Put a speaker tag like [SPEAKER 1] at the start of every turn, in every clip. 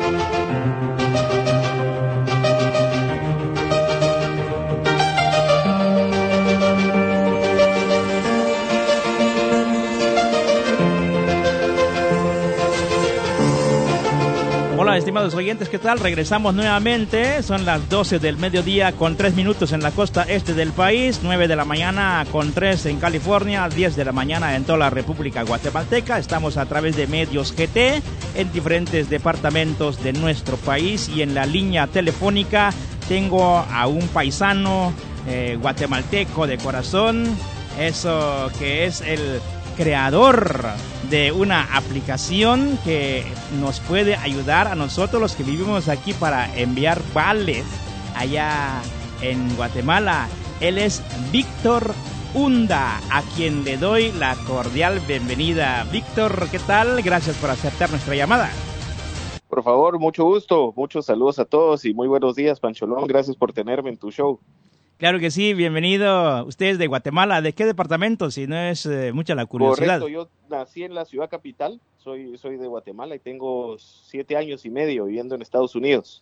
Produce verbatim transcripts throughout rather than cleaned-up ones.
[SPEAKER 1] Hola, estimados oyentes, ¿qué tal? Regresamos nuevamente, son las doce del mediodía con tres minutos en la costa este del país, nueve de la mañana con tres en California, diez de la mañana en toda la República Guatemalteca. Estamos a través de Medios G T en diferentes departamentos de nuestro país, y en la línea telefónica tengo a un paisano eh, guatemalteco de corazón, eso que es el creador de una aplicación que nos puede ayudar a nosotros los que vivimos aquí para enviar vales allá en Guatemala. Él es Víctor Hunda, a quien le doy la cordial bienvenida. Víctor, ¿qué tal? Gracias por aceptar nuestra llamada.
[SPEAKER 2] Por favor, mucho gusto, muchos saludos a todos y muy buenos días, Pancholón. Gracias por tenerme en tu show.
[SPEAKER 1] Claro que sí, bienvenido. Usted es de Guatemala. ¿De qué departamento? Si no es eh, mucha la curiosidad.
[SPEAKER 2] Correcto, yo nací en la ciudad capital, soy, soy de Guatemala y tengo siete años y medio viviendo en Estados Unidos.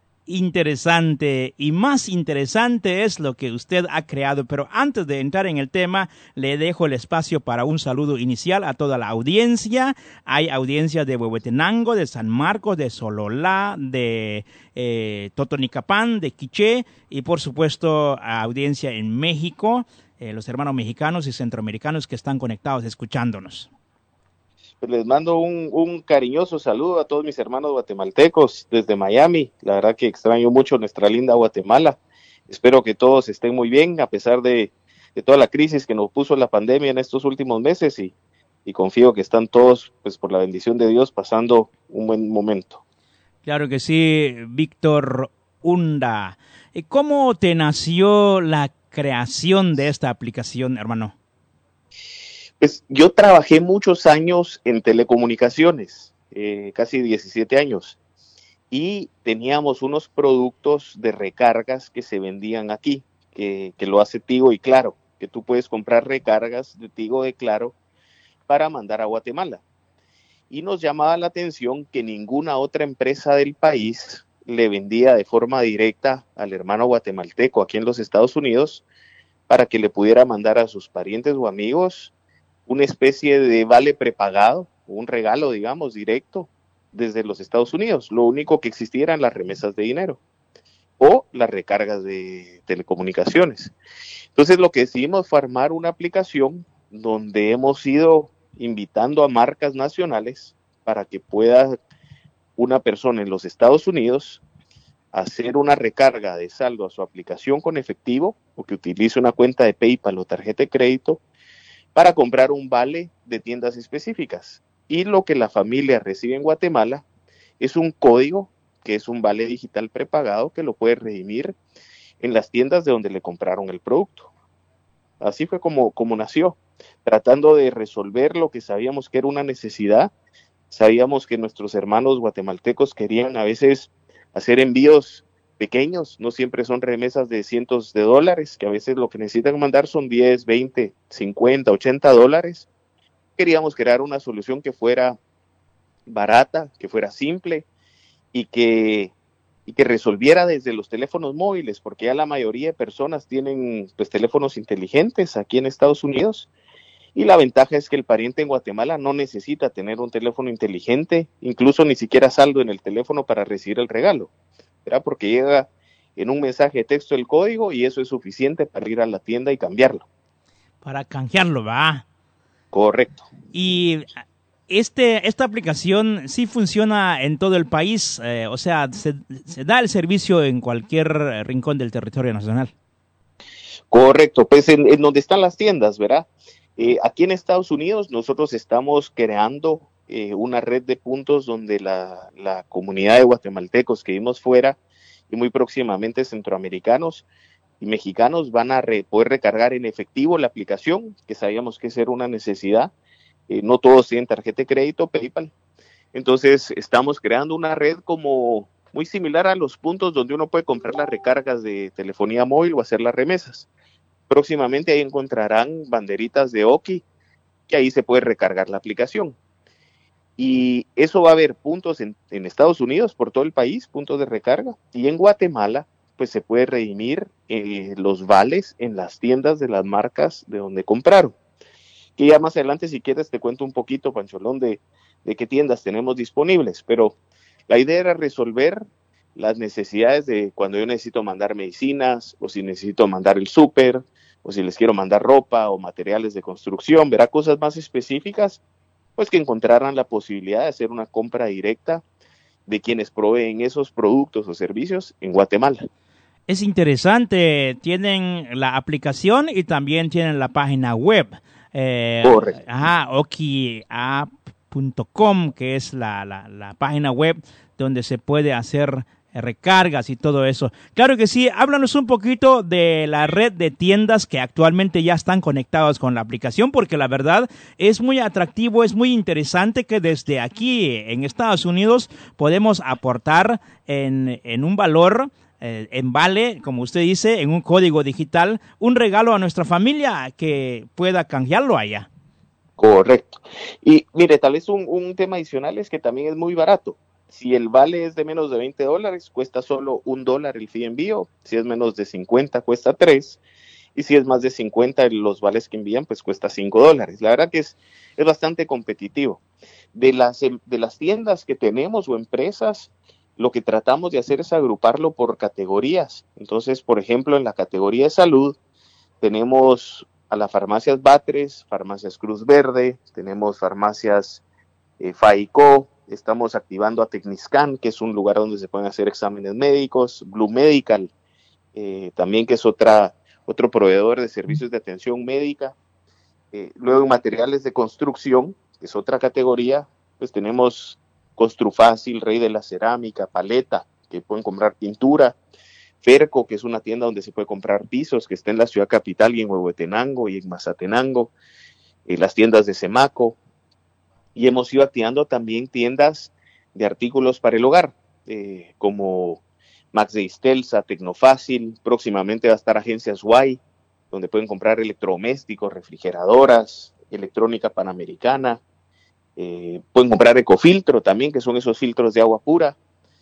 [SPEAKER 1] Interesante, y más interesante es lo que usted ha creado, pero antes de entrar en el tema, le dejo el espacio para un saludo inicial a toda la audiencia. Hay audiencia de Huehuetenango, de San Marcos, de Sololá, de eh, Totonicapán, de Quiché, y por supuesto a audiencia en México, eh, los hermanos mexicanos y centroamericanos que están conectados escuchándonos.
[SPEAKER 2] Pues les mando un, un cariñoso saludo a todos mis hermanos guatemaltecos desde Miami. La verdad que extraño mucho nuestra linda Guatemala. Espero que todos estén muy bien a pesar de, de toda la crisis que nos puso la pandemia en estos últimos meses, y, y confío que están todos, pues por la bendición de Dios, pasando un buen momento.
[SPEAKER 1] Claro que sí, Víctor Hunda. ¿Cómo te nació la creación de esta aplicación, hermano?
[SPEAKER 2] Pues yo trabajé muchos años en telecomunicaciones, eh, casi diecisiete años, y teníamos unos productos de recargas que se vendían aquí, que, que lo hace Tigo y Claro, que tú puedes comprar recargas de Tigo de Claro para mandar a Guatemala. Y nos llamaba la atención que ninguna otra empresa del país le vendía de forma directa al hermano guatemalteco aquí en los Estados Unidos para que le pudiera mandar a sus parientes o amigos una especie de vale prepagado, un regalo, digamos, directo desde los Estados Unidos. Lo único que existía eran las remesas de dinero o las recargas de telecomunicaciones. Entonces lo que decidimos fue armar una aplicación donde hemos ido invitando a marcas nacionales para que pueda una persona en los Estados Unidos hacer una recarga de saldo a su aplicación con efectivo, o que utilice una cuenta de PayPal o tarjeta de crédito para comprar un vale de tiendas específicas. Y lo que la familia recibe en Guatemala es un código, que es un vale digital prepagado, que lo puede redimir en las tiendas de donde le compraron el producto. Así fue como, como nació, tratando de resolver lo que sabíamos que era una necesidad. Sabíamos que nuestros hermanos guatemaltecos querían a veces hacer envíos pequeños, no siempre son remesas de cientos de dólares, que a veces lo que necesitan mandar son diez, veinte, cincuenta, ochenta dólares. Queríamos crear una solución que fuera barata, que fuera simple y que, y que resolviera desde los teléfonos móviles, porque ya la mayoría de personas tienen pues teléfonos inteligentes aquí en Estados Unidos, y la ventaja es que el pariente en Guatemala no necesita tener un teléfono inteligente, incluso ni siquiera saldo en el teléfono para recibir el regalo, ¿verdad? Porque llega en un mensaje de texto el código y eso es suficiente para ir a la tienda y cambiarlo.
[SPEAKER 1] Para canjearlo, ¿va?
[SPEAKER 2] Correcto.
[SPEAKER 1] Y este, esta aplicación sí funciona en todo el país, eh, o sea, se, se da el servicio en cualquier rincón del territorio nacional.
[SPEAKER 2] Correcto, pues en, en donde están las tiendas, ¿verdad? Eh, aquí en Estados Unidos nosotros estamos creando eh, una red de puntos donde la, la comunidad de guatemaltecos que vivimos fuera y muy próximamente centroamericanos y mexicanos van a re, poder recargar en efectivo la aplicación, que sabíamos que esa era una necesidad. Eh, no todos tienen tarjeta de crédito, PayPal. Entonces estamos creando una red como muy similar a los puntos donde uno puede comprar las recargas de telefonía móvil o hacer las remesas. Próximamente ahí encontrarán banderitas de Oki, que ahí se puede recargar la aplicación. Y eso va a haber puntos en, en Estados Unidos, por todo el país, puntos de recarga. Y en Guatemala, pues se puede redimir eh, los vales en las tiendas de las marcas de donde compraron. Que ya más adelante, si quieres, te cuento un poquito, Pancholón, de, de qué tiendas tenemos disponibles. Pero la idea era resolver las necesidades de cuando yo necesito mandar medicinas, o si necesito mandar el súper, o si les quiero mandar ropa o materiales de construcción, verá, cosas más específicas, pues que encontraran la posibilidad de hacer una compra directa de quienes proveen esos productos o servicios en Guatemala.
[SPEAKER 1] Es interesante, tienen la aplicación y también tienen la página web. Eh,
[SPEAKER 2] Correcto.
[SPEAKER 1] Ajá, okiapp punto com, que es la, la, la página web donde se puede hacer recargas y todo eso. Claro que sí, háblanos un poquito de la red de tiendas que actualmente ya están conectados con la aplicación, porque la verdad es muy atractivo, es muy interesante que desde aquí en Estados Unidos podemos aportar en, en un valor, eh, en vale, como usted dice, en un código digital, un regalo a nuestra familia que pueda canjearlo allá.
[SPEAKER 2] Correcto. Y mire, tal vez un, un tema adicional es que también es muy barato. Si el vale es de menos de veinte dólares, cuesta solo un dólar el fee de envío. Si es menos de cincuenta, cuesta tres. Y si es más de cincuenta, los vales que envían, pues cuesta cinco dólares. La verdad que es, es bastante competitivo. De las, de las tiendas que tenemos o empresas, lo que tratamos de hacer es agruparlo por categorías. Entonces, por ejemplo, en la categoría de salud, tenemos a las farmacias Batres, farmacias Cruz Verde, tenemos farmacias eh, Faico, estamos activando a Tecniscan, que es un lugar donde se pueden hacer exámenes médicos, Blue Medical, eh, también que es otra, otro proveedor de servicios de atención médica. Eh, luego en materiales de construcción, que es otra categoría, pues tenemos Construfácil, Rey de la Cerámica, Paleta, que pueden comprar pintura, Ferco, que es una tienda donde se puede comprar pisos, que está en la ciudad capital y en Huehuetenango y en Mazatenango, eh, las tiendas de Semaco, y hemos ido activando también tiendas de artículos para el hogar, eh, como Max de Istelsa, Tecnofácil, próximamente va a estar Agencias Y, donde pueden comprar electrodomésticos, refrigeradoras, electrónica panamericana, eh, pueden comprar Ecofiltro también, que son esos filtros de agua pura,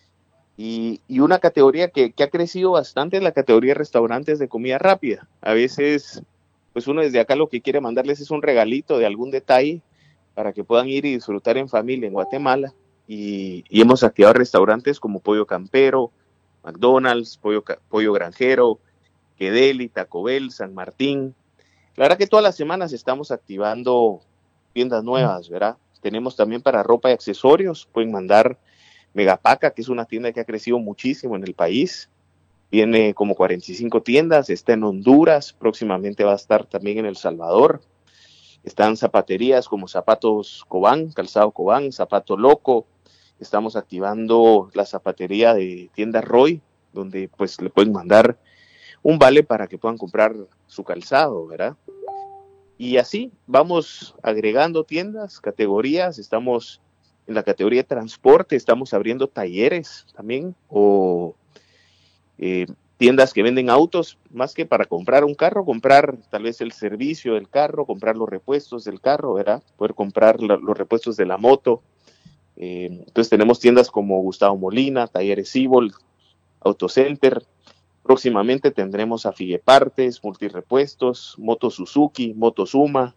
[SPEAKER 2] y, y una categoría que, que ha crecido bastante es la categoría de restaurantes de comida rápida. A veces, pues uno desde acá lo que quiere mandarles es un regalito de algún detalle, para que puedan ir y disfrutar en familia en Guatemala, y, y hemos activado restaurantes como Pollo Campero, McDonald's, Pollo, Pollo Granjero, Quedeli, Taco Bell, San Martín. La verdad que todas las semanas estamos activando tiendas nuevas, ¿verdad? Tenemos también para ropa y accesorios, pueden mandar Megapaca, que es una tienda que ha crecido muchísimo en el país, tiene como cuarenta y cinco tiendas, está en Honduras, próximamente va a estar también en El Salvador. Están zapaterías como Zapatos Cobán, Calzado Cobán, Zapato Loco. Estamos activando la zapatería de tienda Roy, donde pues le pueden mandar un vale para que puedan comprar su calzado, ¿verdad? Y así vamos agregando tiendas, categorías. Estamos en la categoría de transporte, estamos abriendo talleres también, o eh, tiendas que venden autos, más que para comprar un carro, comprar tal vez el servicio del carro, comprar los repuestos del carro, ¿verdad? Poder comprar la, los repuestos de la moto. Eh, entonces tenemos tiendas como Gustavo Molina, Talleres Cibol, Autocenter. Próximamente tendremos a Figuepartes, Multirepuestos, Moto Suzuki, Moto Suma.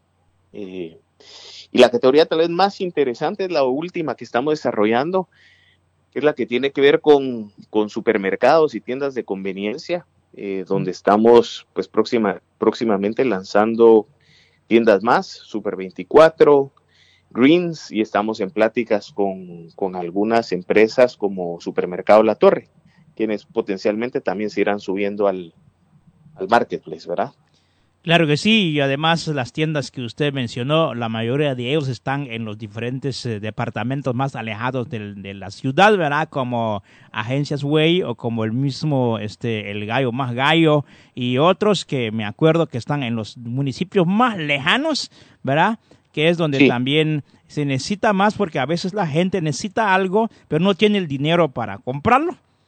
[SPEAKER 2] Eh, y la categoría tal vez más interesante es la última que estamos desarrollando, que es la que tiene que ver con, con supermercados y tiendas de conveniencia, eh, donde estamos pues próxima, próximamente lanzando tiendas más, Super veinticuatro, Greens, y estamos en pláticas con, con algunas empresas como Supermercado La Torre, quienes potencialmente también se irán subiendo al, al marketplace, ¿verdad?
[SPEAKER 1] Claro que sí, y además las tiendas que usted mencionó, la mayoría de ellos están en los diferentes eh, departamentos más alejados de, de la ciudad, ¿verdad? Como Agencias Way o como el mismo, este, el Gallo Más Gallo, y otros que me acuerdo que están en los municipios más lejanos, ¿verdad? Que es donde sí. También se necesita más, porque a veces la gente necesita algo, pero no tiene el dinero para comprarlo.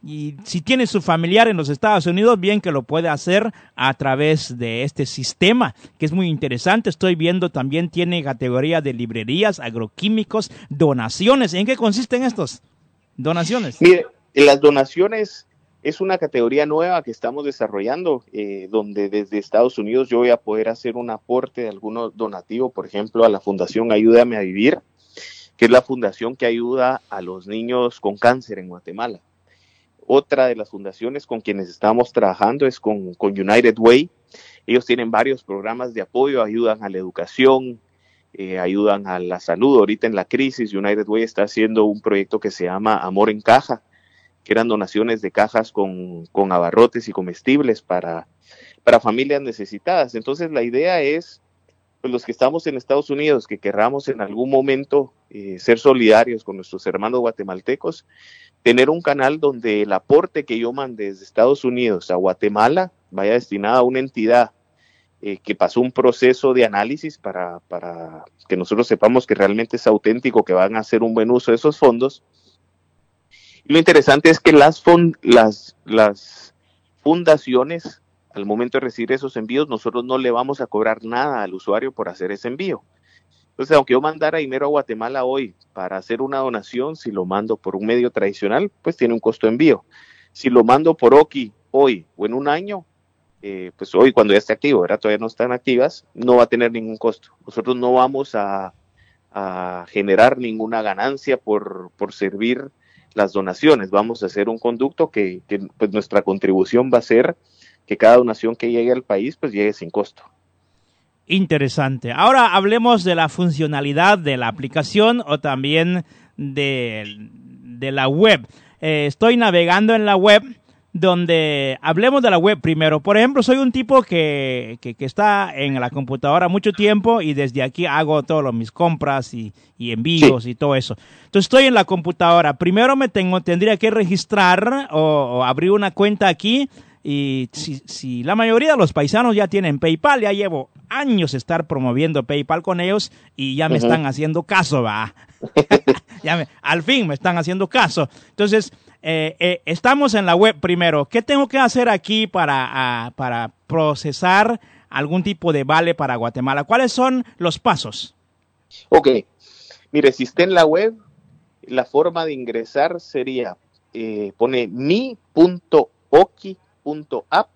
[SPEAKER 1] y si tiene su familiar en los Estados Unidos, bien que lo puede hacer a través de este sistema, que es muy interesante. Estoy viendo también tiene categoría de librerías, agroquímicos, donaciones. ¿En qué consisten estos donaciones?
[SPEAKER 2] Mire, las donaciones es una categoría nueva que estamos desarrollando, eh, donde desde Estados Unidos yo voy a poder hacer un aporte de alguno donativo, por ejemplo, a la Fundación Ayúdame a Vivir, que es la fundación que ayuda a los niños con cáncer en Guatemala. Otra de las fundaciones con quienes estamos trabajando es con, con United Way. Ellos tienen varios programas de apoyo, ayudan a la educación, eh, ayudan a la salud. Ahorita en la crisis, United Way está haciendo un proyecto que se llama Amor en Caja, que eran donaciones de cajas con, con abarrotes y comestibles para, para familias necesitadas. Entonces la idea es, pues los que estamos en Estados Unidos, que querramos en algún momento eh, ser solidarios con nuestros hermanos guatemaltecos, tener un canal donde el aporte que yo mande desde Estados Unidos a Guatemala vaya destinado a una entidad eh, que pasó un proceso de análisis para, para que nosotros sepamos que realmente es auténtico, que van a hacer un buen uso de esos fondos. Y lo interesante es que las, fund, las, las fundaciones, al momento de recibir esos envíos, nosotros no le vamos a cobrar nada al usuario por hacer ese envío. Entonces, aunque yo mandara dinero a Guatemala hoy para hacer una donación, si lo mando por un medio tradicional, pues tiene un costo de envío. Si lo mando por Oki hoy o en un año, eh, pues hoy cuando ya esté activo, ¿verdad? Todavía no están activas, no va a tener ningún costo. Nosotros no vamos a, a generar ninguna ganancia por, por servir las donaciones. Vamos a hacer un conducto que, que pues nuestra contribución va a ser que cada donación que llegue al país pues llegue sin costo.
[SPEAKER 1] Interesante. Ahora hablemos de la funcionalidad de la aplicación o también de, de la web. Eh, estoy navegando en la web, donde hablemos de la web primero. Por ejemplo, soy un tipo que, que, que está en la computadora mucho tiempo y desde aquí hago todas mis compras y, y envíos sí. y todo eso. Entonces estoy en la computadora. Primero me tengo, tendría que registrar o, o abrir una cuenta aquí. Y si, si la mayoría de los paisanos ya tienen PayPal, ya llevo años estar promoviendo PayPal con ellos y ya me uh-huh. están haciendo caso, va. ya me, al fin me están haciendo caso. Entonces, eh, eh, estamos en la web primero. ¿Qué tengo que hacer aquí para, uh, para procesar algún tipo de vale para Guatemala? ¿Cuáles son los pasos?
[SPEAKER 2] Ok. Mire, si está en la web, la forma de ingresar sería, eh, pone mi punto oki punto app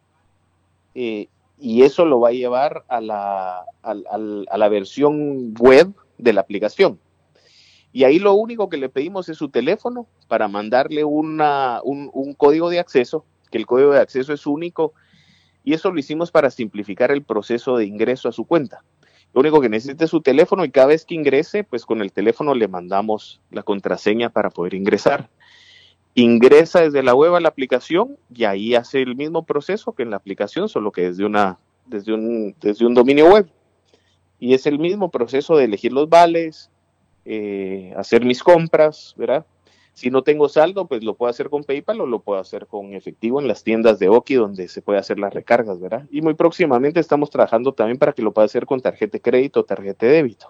[SPEAKER 2] eh, y eso lo va a llevar a la, a, a, a la versión web de la aplicación. Y ahí lo único que le pedimos es su teléfono para mandarle una, un, un código de acceso, que el código de acceso es único, y eso lo hicimos para simplificar el proceso de ingreso a su cuenta. Lo único que necesita es su teléfono y cada vez que ingrese, pues con el teléfono le mandamos la contraseña para poder ingresar. Ingresa desde la web a la aplicación y ahí hace el mismo proceso que en la aplicación, solo que desde, una, desde, un, desde un dominio web. Y es el mismo proceso de elegir los vales, eh, hacer mis compras, ¿verdad? Si no tengo saldo, pues lo puedo hacer con PayPal o lo puedo hacer con efectivo en las tiendas de Oki, donde se puede hacer las recargas, ¿verdad? Y muy próximamente estamos trabajando también para que lo pueda hacer con tarjeta de crédito o tarjeta de débito.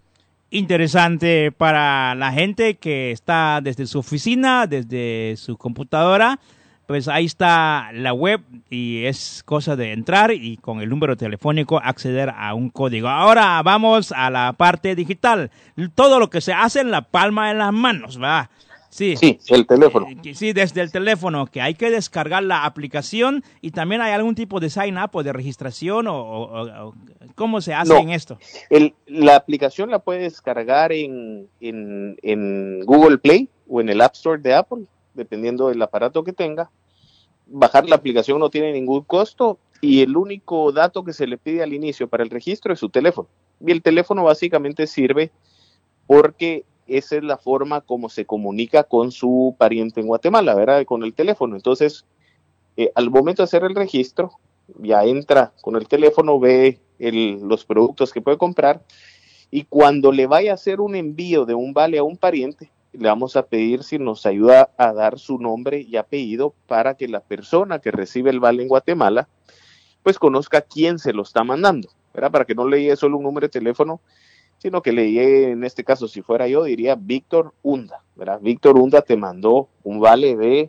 [SPEAKER 1] Interesante para la gente que está desde su oficina, desde su computadora, pues ahí está la web y es cosa de entrar y con el número telefónico acceder a un código. Ahora vamos a la parte digital, todo lo que se hace en la palma de las manos, ¿verdad? Sí,
[SPEAKER 2] sí, el teléfono.
[SPEAKER 1] Eh, sí, desde el teléfono, que hay que descargar la aplicación y también hay algún tipo de sign up o de registración o, o, o ¿cómo se hace no, en esto?
[SPEAKER 2] El, la aplicación la puede descargar en, en, en Google Play o en el App Store de Apple, dependiendo del aparato que tenga. Bajar la aplicación no tiene ningún costo y el único dato que se le pide al inicio para el registro es su teléfono. Y el teléfono básicamente sirve porque esa es la forma como se comunica con su pariente en Guatemala, ¿verdad? Con el teléfono. Entonces, eh, al momento de hacer el registro, ya entra con el teléfono, ve el, los productos que puede comprar y cuando le vaya a hacer un envío de un vale a un pariente, le vamos a pedir si nos ayuda a dar su nombre y apellido para que la persona que recibe el vale en Guatemala, pues conozca quién se lo está mandando, ¿verdad? Para que no le llegue solo un número de teléfono, sino que le llegue, en este caso, si fuera yo, diría Víctor Hunda, ¿verdad? Víctor Hunda te mandó un vale de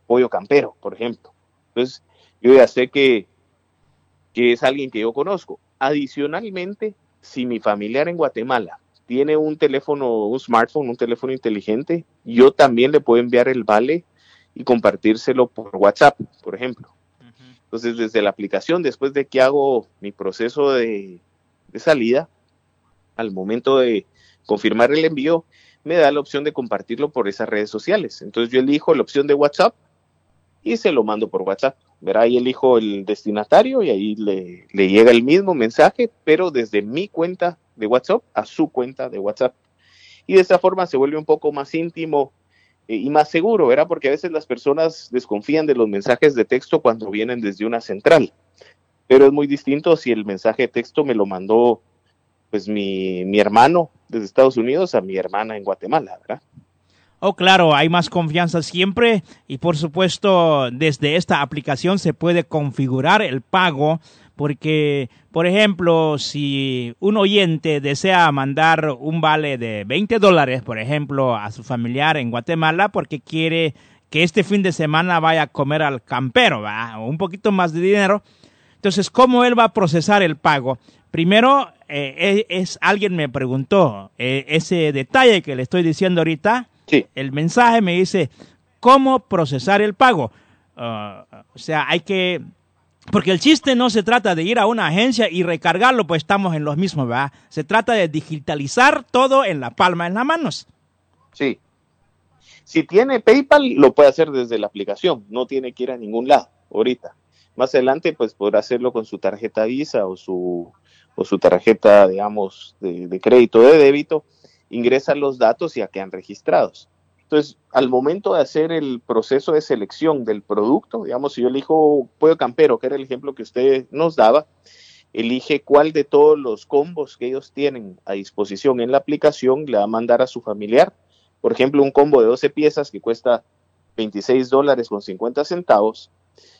[SPEAKER 2] Pollo Campero, por ejemplo. Entonces, yo ya sé que, que es alguien que yo conozco. Adicionalmente, si mi familiar en Guatemala tiene un teléfono, un smartphone, un teléfono inteligente, yo también le puedo enviar el vale y compartírselo por WhatsApp, por ejemplo. Uh-huh. Entonces, desde la aplicación, después de que hago mi proceso de, de salida, al momento de confirmar el envío, me da la opción de compartirlo por esas redes sociales. Entonces, yo elijo la opción de WhatsApp y se lo mando por WhatsApp. Verá, ahí elijo el destinatario y ahí le, le llega el mismo mensaje, pero desde mi cuenta de WhatsApp a su cuenta de WhatsApp. Y de esta forma se vuelve un poco más íntimo eh, y más seguro, ¿verdad? Porque a veces las personas desconfían de los mensajes de texto cuando vienen desde una central. Pero es muy distinto si el mensaje de texto me lo mandó pues mi, mi hermano desde Estados Unidos a mi hermana en Guatemala, ¿verdad?
[SPEAKER 1] Oh, claro, hay más confianza siempre y por supuesto desde esta aplicación se puede configurar el pago porque, por ejemplo, si un oyente desea mandar un vale de veinte dólares, por ejemplo, a su familiar en Guatemala porque quiere que este fin de semana vaya a comer al campero, ¿verdad? O un poquito más de dinero, entonces, ¿cómo él va a procesar el pago? Primero, eh, es, es alguien me preguntó eh, ese detalle que le estoy diciendo ahorita.
[SPEAKER 2] Sí.
[SPEAKER 1] El mensaje me dice, ¿cómo procesar el pago? Uh, o sea, hay que... Porque el chiste no se trata de ir a una agencia y recargarlo, pues estamos en los mismos, ¿verdad? Se trata de digitalizar todo en la palma de las manos.
[SPEAKER 2] Sí. Si tiene PayPal, lo puede hacer desde la aplicación. No tiene que ir a ningún lado ahorita. Más adelante, pues podrá hacerlo con su tarjeta Visa o su, o su tarjeta, digamos, de, de crédito o de débito. Ingresa los datos y ya quedan registrados. Entonces, al momento de hacer el proceso de selección del producto, digamos, si yo elijo Pollo Campero, que era el ejemplo que usted nos daba, elige cuál de todos los combos que ellos tienen a disposición en la aplicación le va a mandar a su familiar. Por ejemplo, un combo de doce piezas que cuesta veintiséis dólares con cincuenta centavos.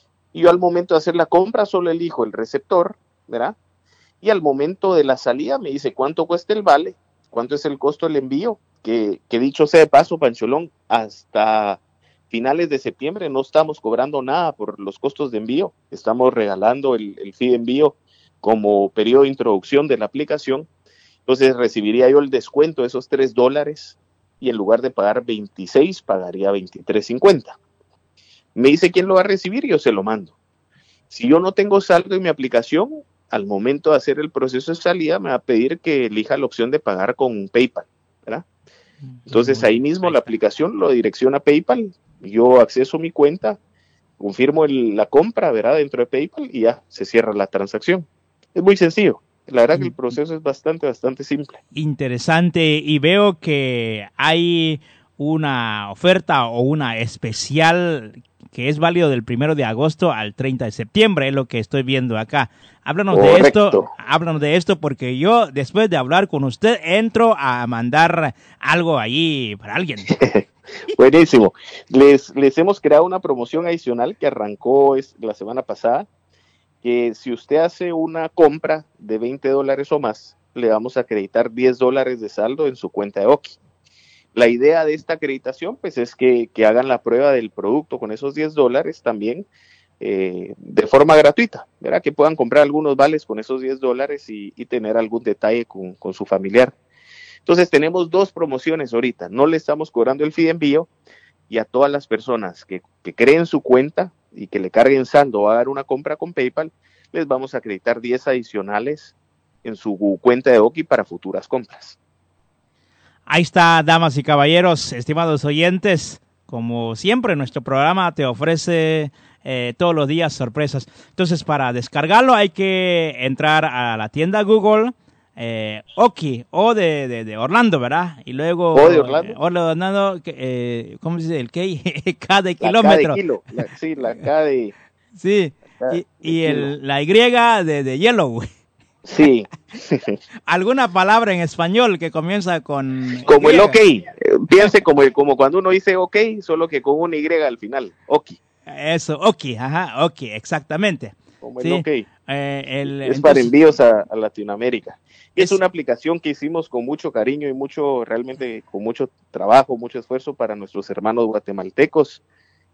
[SPEAKER 2] Y yo al momento de hacer la compra solo elijo el receptor, ¿verdad? Y al momento de la salida me dice cuánto cuesta el vale, cuánto es el costo del envío, que, que dicho sea de paso, Pancholón, hasta finales de septiembre no estamos cobrando nada por los costos de envío, estamos regalando el, el fee de envío como periodo de introducción de la aplicación, entonces recibiría yo el descuento de esos tres dólares y en lugar de pagar veintiséis, pagaría veintitrés cincuenta. Me dice quién lo va a recibir y yo se lo mando. Si yo no tengo saldo en mi aplicación, al momento de hacer el proceso de salida me va a pedir que elija la opción de pagar con PayPal, ¿verdad? Entonces ahí mismo la aplicación lo direcciona a PayPal, yo acceso a mi cuenta, confirmo el, la compra, ¿verdad? Dentro de PayPal y ya se cierra la transacción. Es muy sencillo. La verdad que el proceso es bastante, bastante simple.
[SPEAKER 1] Interesante, y veo que hay una oferta o una especial que es válido del primero de agosto al treinta de septiembre, es lo que estoy viendo acá. Háblanos Correcto. de esto, háblanos de esto, porque yo después de hablar con usted entro a mandar algo ahí para alguien.
[SPEAKER 2] Buenísimo. Les, les hemos creado una promoción adicional que arrancó es, la semana pasada, que si usted hace una compra de veinte dólares o más, le vamos a acreditar diez dólares de saldo en su cuenta de Oki. La idea de esta acreditación pues es que, que hagan la prueba del producto con esos diez dólares también eh, de forma gratuita, ¿verdad? Que puedan comprar algunos vales con esos diez dólares y, y tener algún detalle con, con su familiar. Entonces tenemos dos promociones ahorita, no le estamos cobrando el fee de envío y a todas las personas que, que creen su cuenta y que le carguen saldo o hagan una compra con PayPal, les vamos a acreditar diez adicionales en su cuenta de Oki para futuras compras.
[SPEAKER 1] Ahí está, damas y caballeros, estimados oyentes, como siempre nuestro programa te ofrece eh, todos los días sorpresas. Entonces para descargarlo hay que entrar a la tienda Google, eh, Oki, O de, de, de Orlando, ¿verdad? Y luego...
[SPEAKER 2] O de Orlando.
[SPEAKER 1] Eh, o de Orlando, eh, ¿cómo se dice? El K, K de kilómetro.
[SPEAKER 2] La K de kilo, la, sí, la K de...
[SPEAKER 1] Sí,
[SPEAKER 2] la
[SPEAKER 1] y, y el, la Y de, de Yellow.
[SPEAKER 2] Sí.
[SPEAKER 1] ¿Alguna palabra en español que comienza con...
[SPEAKER 2] Como
[SPEAKER 1] Y?
[SPEAKER 2] el OK. Piense como, el, como cuando uno dice OK, solo que con una Y al final. Oki.
[SPEAKER 1] Eso, Oki, ajá, Oki, exactamente.
[SPEAKER 2] Como
[SPEAKER 1] sí.
[SPEAKER 2] el OK.
[SPEAKER 1] Eh, el,
[SPEAKER 2] es
[SPEAKER 1] entonces...
[SPEAKER 2] para envíos a, a Latinoamérica. Es, es una aplicación que hicimos con mucho cariño y mucho, realmente con mucho trabajo, mucho esfuerzo para nuestros hermanos guatemaltecos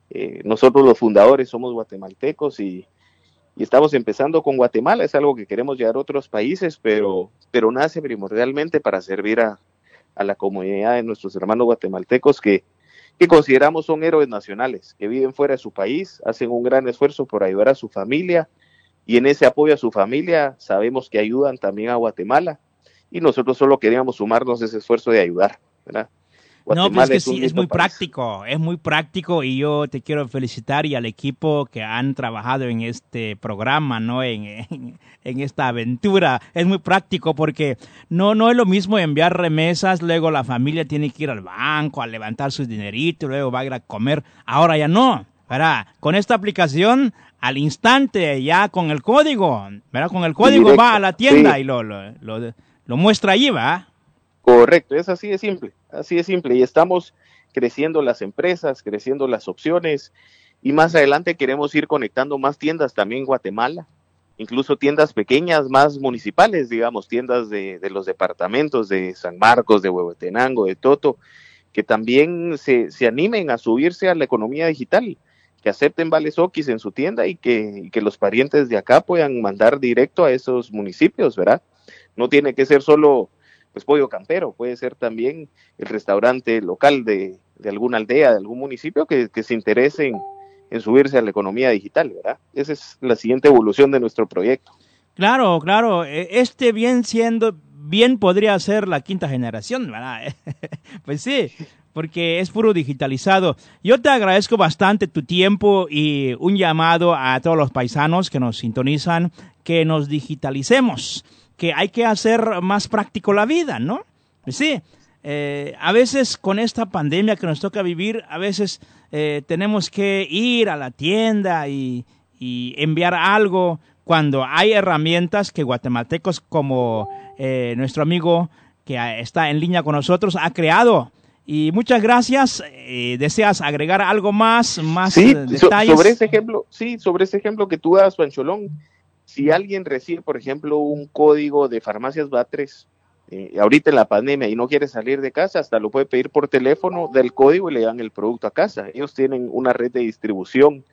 [SPEAKER 2] Eh, nosotros los fundadores somos guatemaltecos y, y estamos empezando con Guatemala, es algo que queremos llevar a otros países, pero, pero nace primordialmente para servir a, a la comunidad de nuestros hermanos guatemaltecos que, que consideramos son héroes nacionales, que viven fuera de su país, hacen un gran esfuerzo por ayudar a su familia, y en ese apoyo a su familia sabemos que ayudan también a Guatemala, y nosotros solo queríamos sumarnos a ese esfuerzo de ayudar, ¿verdad?
[SPEAKER 1] No, pues es que
[SPEAKER 2] es
[SPEAKER 1] sí, es muy país. práctico, es muy práctico y yo te quiero felicitar y al equipo que han trabajado en este programa, ¿no? En, en, en esta aventura. Es muy práctico porque no, no es lo mismo enviar remesas, luego la familia tiene que ir al banco a levantar su dinerito, luego va a ir a comer. Ahora ya no, ¿verdad? Con esta aplicación, al instante, ya con el código, ¿verdad? Con el código Directo, va a la tienda sí. y lo, lo, lo, lo muestra allí, ¿va?
[SPEAKER 2] Correcto, es así de simple, así de simple. Y estamos creciendo las empresas, creciendo las opciones y más adelante queremos ir conectando más tiendas también en Guatemala, incluso tiendas pequeñas, más municipales, digamos, tiendas de, de los departamentos de San Marcos, de Huehuetenango, de Toto, que también se, se animen a subirse a la economía digital, que acepten vales Oquis en su tienda y que, y que los parientes de acá puedan mandar directo a esos municipios, ¿verdad? No tiene que ser solo pues pollo campero, puede ser también el restaurante local de, de alguna aldea, de algún municipio que, que se interese en, en subirse a la economía digital, ¿verdad? Esa es la siguiente evolución de nuestro proyecto.
[SPEAKER 1] Claro, claro, este bien siendo, bien podría ser la quinta generación, ¿verdad? Pues sí, porque es puro digitalizado. Yo te agradezco bastante tu tiempo y un llamado a todos los paisanos que nos sintonizan, que nos digitalicemos, que hay que hacer más práctico la vida, ¿no? Sí, eh, a veces con esta pandemia que nos toca vivir, a veces eh, tenemos que ir a la tienda y, y enviar algo cuando hay herramientas que guatemaltecos como eh, nuestro amigo que está en línea con nosotros ha creado. Y muchas gracias. Eh, ¿Deseas agregar algo más, más
[SPEAKER 2] sí,
[SPEAKER 1] eh, detalles?
[SPEAKER 2] So, sobre ese ejemplo, sí, sobre ese ejemplo que tú das, Pancholón. Si alguien recibe, por ejemplo, un código de Farmacias Batres, eh, ahorita en la pandemia y no quiere salir de casa, hasta lo puede pedir por teléfono del código y le dan el producto a casa. Ellos tienen una red de distribución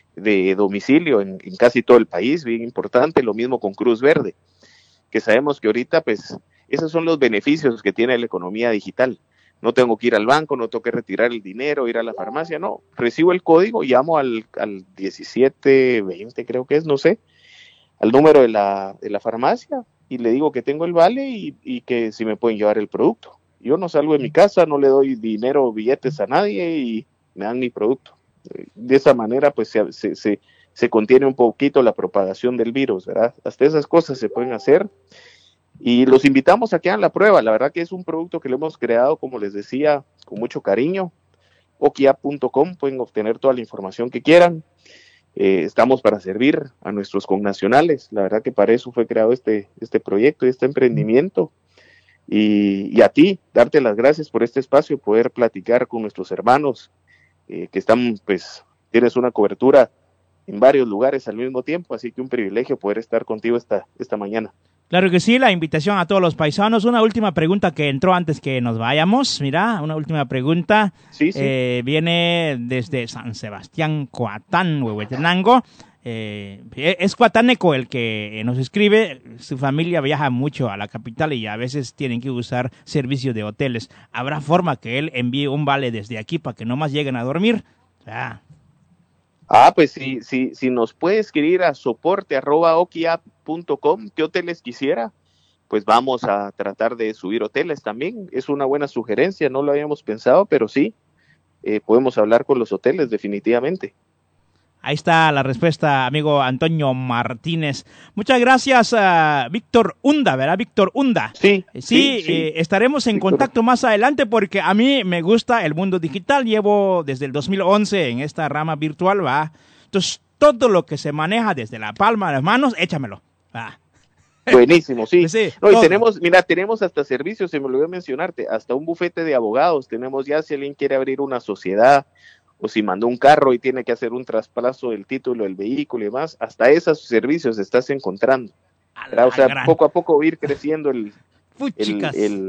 [SPEAKER 2] de domicilio en, en casi todo el país, bien importante, lo mismo con Cruz Verde, que sabemos que ahorita, pues, esos son los beneficios que tiene la economía digital. No tengo que ir al banco, no tengo que retirar el dinero, ir a la farmacia, no. Recibo el código, llamo al, al diecisiete veinte, creo que es, no sé, al número de la, de la farmacia y le digo que tengo el vale y, y que si me pueden llevar el producto. Yo no salgo de mi casa, no le doy dinero o billetes a nadie y me dan mi producto. De esa manera pues se, se, se, se contiene un poquito la propagación del virus, ¿verdad? Hasta esas cosas se pueden hacer y los invitamos a que hagan la prueba. La verdad que es un producto que le hemos creado, como les decía, con mucho cariño. okia punto com, pueden obtener toda la información que quieran. Eh, estamos para servir a nuestros connacionales. La verdad que para eso fue creado este, este proyecto y este emprendimiento. Y, y a ti, darte las gracias por este espacio, poder platicar con nuestros hermanos eh, que están, pues, tienes una cobertura en varios lugares al mismo tiempo, así que un privilegio poder estar contigo esta, esta mañana.
[SPEAKER 1] Claro que sí, la invitación a todos los paisanos. Una última pregunta que entró antes que nos vayamos. Mira, una última pregunta.
[SPEAKER 2] Sí, sí.
[SPEAKER 1] Eh, viene desde San Sebastián, Coatán, Huehuetenango. Eh, es coataneco el que nos escribe. Su familia viaja mucho a la capital y a veces tienen que usar servicios de hoteles. ¿Habrá forma que él envíe un vale desde aquí para que no más lleguen a dormir? Ah.
[SPEAKER 2] Ah, pues si, si, si nos puede escribir a soporte arroba okia punto com, ¿qué hoteles quisiera? Pues vamos a tratar de subir hoteles también. Es una buena sugerencia, no lo habíamos pensado, pero sí, eh, podemos hablar con los hoteles definitivamente.
[SPEAKER 1] Ahí está la respuesta, amigo Antonio Martínez. Muchas gracias a Víctor Hunda, ¿verdad? Víctor Hunda.
[SPEAKER 2] Sí,
[SPEAKER 1] sí,
[SPEAKER 2] sí, sí.
[SPEAKER 1] Eh, estaremos en
[SPEAKER 2] Víctor.
[SPEAKER 1] contacto más adelante porque a mí me gusta el mundo digital. Llevo desde el dos mil once en esta rama virtual, ¿va? Entonces, todo lo que se maneja desde la palma de las manos, échamelo, ¿va?
[SPEAKER 2] Buenísimo, sí.
[SPEAKER 1] sí
[SPEAKER 2] no, y
[SPEAKER 1] todo.
[SPEAKER 2] tenemos, mira, tenemos hasta servicios, se me olvidó mencionarte, hasta un bufete de abogados. Tenemos ya, si alguien quiere abrir una sociedad, o si mandó un carro y tiene que hacer un traspaso del título del vehículo y demás, hasta esos servicios estás encontrando. O sea,
[SPEAKER 1] gran...
[SPEAKER 2] poco a poco ir creciendo el,
[SPEAKER 1] el,
[SPEAKER 2] el,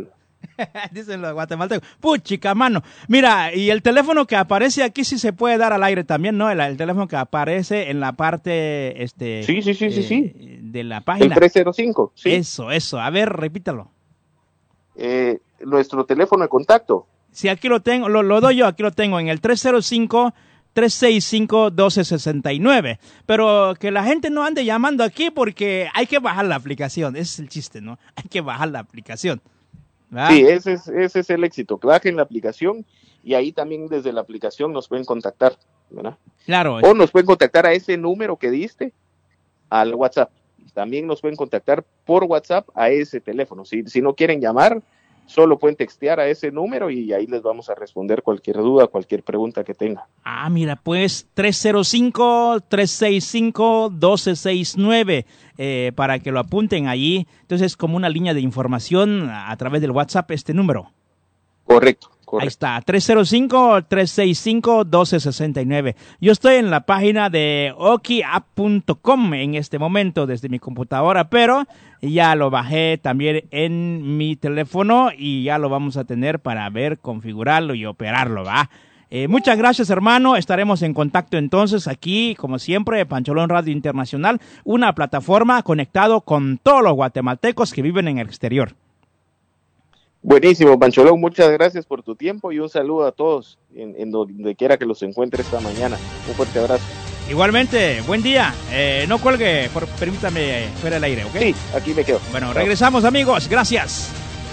[SPEAKER 1] Dicen los guatemaltecos. Puchica, mano. Mira, y el teléfono que aparece aquí sí se puede dar al aire también, ¿no? El, el teléfono que aparece en la parte, este...
[SPEAKER 2] Sí, sí, sí,
[SPEAKER 1] eh,
[SPEAKER 2] sí, sí.
[SPEAKER 1] De la página.
[SPEAKER 2] El tres cero cinco, sí.
[SPEAKER 1] Eso, eso. A ver, repítalo.
[SPEAKER 2] Eh, nuestro teléfono de contacto.
[SPEAKER 1] Sí, aquí lo tengo, lo, lo doy yo, aquí lo tengo, en el tres cero cinco, tres seis cinco, uno dos seis nueve. Pero que la gente no ande llamando aquí porque hay que bajar la aplicación. Ese es el chiste, ¿no? Hay que bajar la aplicación. ¿verdad?
[SPEAKER 2] Sí, ese es, ese es el éxito. Que bajen la aplicación y ahí también desde la aplicación nos pueden contactar, ¿verdad?
[SPEAKER 1] Claro.
[SPEAKER 2] O nos pueden contactar a ese número que diste al WhatsApp. También nos pueden contactar por WhatsApp a ese teléfono. Si, si no quieren llamar, solo pueden textear a ese número y ahí les vamos a responder cualquier duda, cualquier pregunta que tenga.
[SPEAKER 1] Ah, mira, pues tres cero cinco, tres seis cinco, uno dos seis nueve eh, para que lo apunten allí. Entonces es como una línea de información a través del WhatsApp este número.
[SPEAKER 2] Correcto.
[SPEAKER 1] Correcto. Ahí está, tres cero cinco, tres seis cinco, uno dos seis nueve. Yo estoy en la página de okiapp punto com en este momento desde mi computadora, pero ya lo bajé también en mi teléfono y ya lo vamos a tener para ver, configurarlo y operarlo, ¿va? Eh, muchas gracias, hermano. Estaremos en contacto entonces aquí, como siempre, Pancholón Radio Internacional, una plataforma conectado con todos los guatemaltecos que viven en el exterior.
[SPEAKER 2] Buenísimo, Pancholón, muchas gracias por tu tiempo y un saludo a todos en, en donde quiera que los encuentre esta mañana. Un fuerte abrazo.
[SPEAKER 1] Igualmente, buen día. Eh, no cuelgue, por, permítame fuera del aire, ¿ok?
[SPEAKER 2] Sí, aquí me quedo.
[SPEAKER 1] Bueno, regresamos, amigos. Gracias.